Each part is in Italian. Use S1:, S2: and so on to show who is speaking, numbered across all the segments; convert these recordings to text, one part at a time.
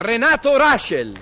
S1: Renato Raschel.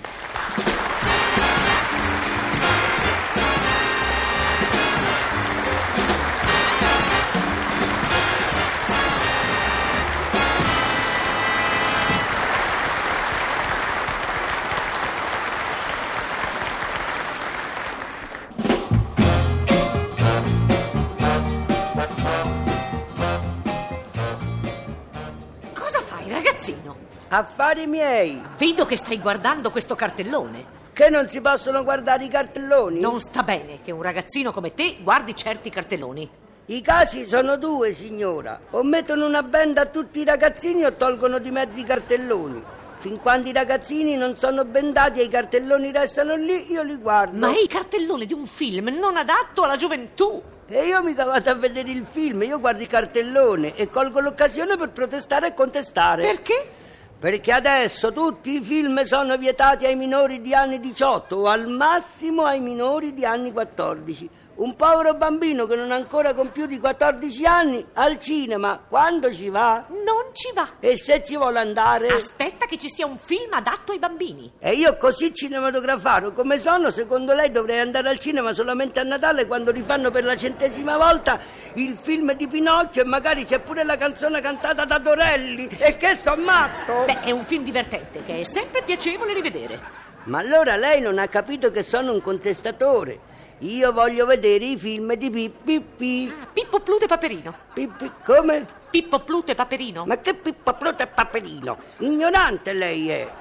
S2: Cosa fai, ragazzino?
S3: Affari miei,
S2: Vedo che stai guardando questo cartellone.
S3: che non si possono guardare i cartelloni?
S2: Non sta bene che un ragazzino come te guardi certi cartelloni.
S3: I casi sono due, signora. O mettono una benda a tutti i ragazzini o tolgono di mezzo i cartelloni. Fin quando i ragazzini non sono bendati e i cartelloni restano lì, io li guardo.
S2: Ma è il cartellone di un film non adatto alla gioventù.
S3: E io mica vado a vedere il film, io guardo il cartellone e colgo l'occasione per protestare e contestare.
S2: Perché?
S3: Perché adesso tutti i film sono vietati ai minori di anni 18 o al massimo ai minori di anni 14. Un povero bambino che non ha ancora compiuti 14 anni al cinema, quando ci va?
S2: Non ci va.
S3: E se ci vuole andare?
S2: Aspetta che ci sia un film adatto ai bambini.
S3: E io così cinematografaro come sono, secondo lei dovrei andare al cinema solamente a Natale quando rifanno per la 100ª volta il film di Pinocchio e magari c'è pure la canzone cantata da Dorelli. E che son matto?
S2: Beh, è un film divertente che è sempre piacevole rivedere.
S3: Ma allora lei non ha capito che sono un contestatore. Io voglio vedere i film di Pippi.
S2: Pippo, Pluto e Paperino.
S3: Pippi, come?
S2: Pippo, Pluto e Paperino?
S3: Ma che Pippo, Pluto e Paperino? Ignorante lei è.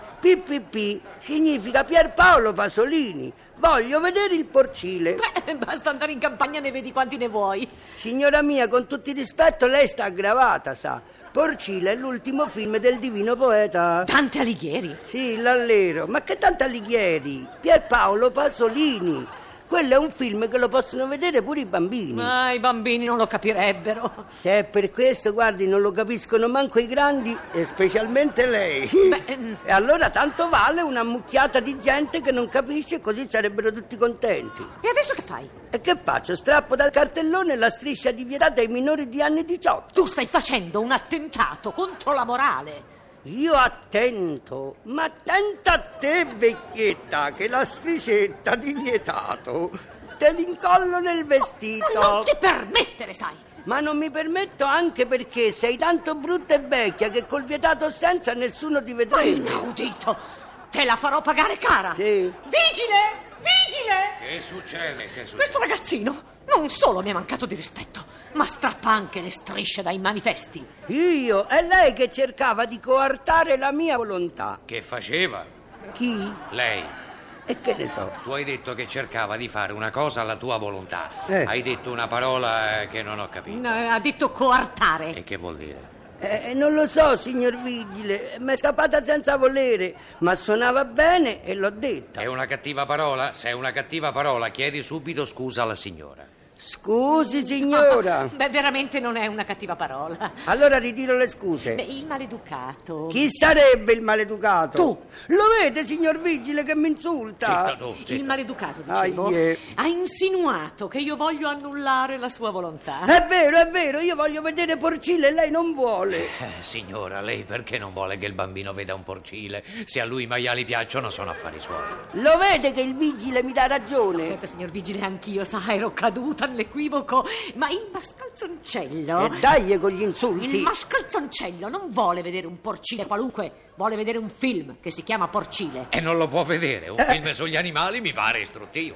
S3: PPP significa Pierpaolo Pasolini. Voglio vedere il porcile.
S2: Beh, basta andare in campagna, ne vedi quanti ne vuoi.
S3: Signora mia, con tutto il rispetto, lei sta aggravata, sa. Porcile è l'ultimo film del divino poeta.
S2: Dante Alighieri.
S3: Sì, l'allero. Ma che Dante Alighieri? Pierpaolo Pasolini. Quello è un film che lo possono vedere pure i bambini.
S2: Ma i bambini non lo capirebbero.
S3: Se è per questo, guardi, non lo capiscono manco i grandi, e specialmente lei. E allora tanto vale una mucchiata di gente che non capisce, così sarebbero tutti contenti.
S2: E adesso che fai?
S3: E che faccio? Strappo dal cartellone la striscia di vietata ai minori di anni 18.
S2: Tu stai facendo un attentato contro la morale.
S3: Io attento, ma attenta a te, vecchietta, che la striscetta di vietato te l'incollo nel vestito.
S2: Ma non ti permettere, sai.
S3: Ma non mi permetto anche perché sei tanto brutta e vecchia che col vietato senza nessuno ti
S2: Ma
S3: vedrebbe.
S2: inaudito. Te la farò pagare cara.
S3: Sì.
S2: Vigile! Vigile!
S4: Che succede?
S2: Questo ragazzino non solo mi è mancato di rispetto, ma strappa anche le strisce dai manifesti.
S3: Io? È lei che cercava di coartare la mia volontà.
S4: Che faceva?
S3: Chi?
S4: Lei.
S3: E che ne so?
S4: Tu hai detto che cercava di fare una cosa alla tua volontà.
S3: Eh.
S4: Hai detto una parola che non ho capito.
S2: Ha detto coartare.
S4: E che vuol dire?
S3: Non lo so, signor Vigile, mi è scappata senza volere, ma suonava bene e l'ho detta.
S4: È una cattiva parola? Se è una cattiva parola, chiedi subito scusa alla signora.
S3: Scusi, signora.
S2: Beh, veramente non è una cattiva parola.
S3: Allora ritiro le scuse.
S2: Beh, il maleducato.
S3: Chi sarebbe il maleducato?
S2: Tu.
S3: Lo vede, signor Vigile, che mi insulta?
S4: Zitto tu,
S2: Il
S4: zitto.
S2: maleducato, dicevo,
S3: Aie.
S2: ha insinuato che io voglio annullare la sua volontà.
S3: È vero, io voglio vedere Porcile e lei non vuole.
S4: Signora, lei perché non vuole che il bambino veda un porcile? Se a lui i maiali piacciono, sono affari suoi.
S3: Lo vede che il Vigile mi dà ragione?
S2: Senta, signor Vigile, anch'io, sa, ero caduta nell'equivoco, ma il mascalzoncello...
S3: E dai con gli insulti.
S2: Il mascalzoncello non vuole vedere un porcile qualunque, vuole vedere un film che si chiama Porcile.
S4: E non lo può vedere. Un film sugli animali mi pare istruttivo.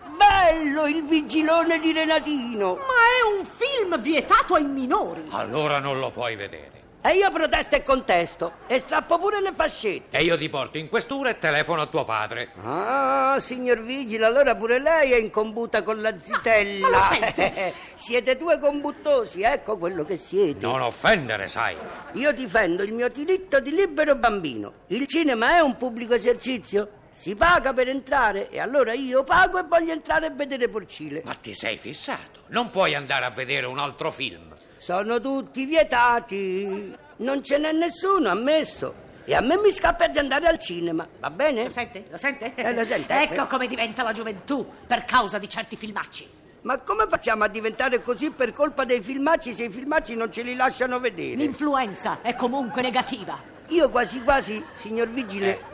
S3: Bello il vigilone di Renatino.
S2: Ma è un film vietato ai minori.
S4: Allora non lo puoi vedere.
S3: E io protesto e contesto e strappo pure le fascette.
S4: E io ti porto in questura e telefono a tuo padre.
S3: Ah, signor Vigile, allora pure lei è in combutta con la zitella.
S2: Ma lo sente?
S3: Siete due combuttosi, ecco quello che siete.
S4: Non offendere, sai.
S3: Io difendo il mio diritto di libero bambino. Il cinema è un pubblico esercizio? Si paga per entrare e allora io pago e voglio entrare a vedere Porcile.
S4: Ma ti sei fissato. Non puoi andare a vedere un altro film.
S3: Sono tutti vietati. Non ce n'è nessuno ammesso. E a me mi scappa di andare al cinema, va bene?
S2: Lo sente? Lo sente?
S3: Lo sente.
S2: Ecco come diventa la gioventù per causa di certi filmacci.
S3: Ma come facciamo a diventare così per colpa dei filmacci se i filmacci non ce li lasciano vedere?
S2: L'influenza è comunque negativa.
S3: Io quasi quasi, signor Vigile,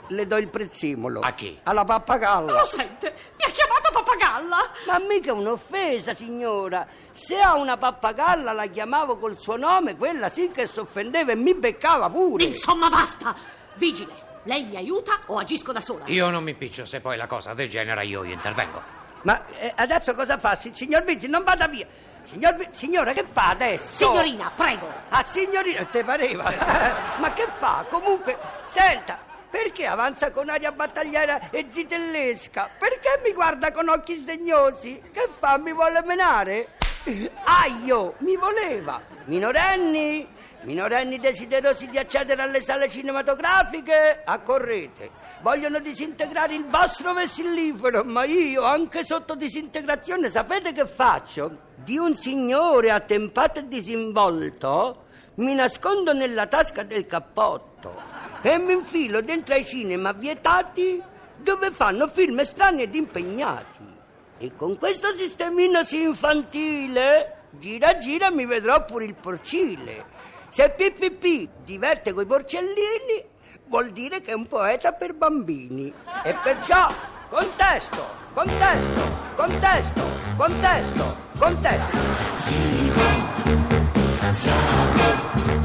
S3: le do il prezzemolo.
S4: A chi?
S3: Alla pappagalla.
S2: Lo sente? Mi ha chiamato pappagalla.
S3: Ma mica un'offesa, signora. Se a una pappagalla la chiamavo col suo nome, quella sì che si offendeva e mi beccava pure.
S2: Insomma, basta. Vigile, lei mi aiuta o agisco da sola?
S4: Io non mi piccio, se poi la cosa degenera io intervengo.
S3: Ma adesso cosa fa? Signor Vigili, non vada via. Signora, che fa adesso?
S2: Signorina, prego.
S3: Ah, signorina, te pareva? Ma che fa? Comunque, senta, perché avanza con aria battagliera e zitellesca? Perché mi guarda con occhi sdegnosi? Che fa? Mi vuole menare? Aio, mi voleva. Minorenni desiderosi di accedere alle sale cinematografiche, accorrete. Vogliono disintegrare il vostro vessillifero, ma io, anche sotto disintegrazione, sapete che faccio? Di un signore attempato e disinvolto mi nascondo nella tasca del cappotto e mi infilo dentro ai cinema vietati dove fanno film strani ed impegnati. E con questo sistemino sì infantile, gira mi vedrò pure il porcile. Se PPP diverte coi porcellini, vuol dire che è un poeta per bambini. E perciò contesto.
S1: Zico, Sago.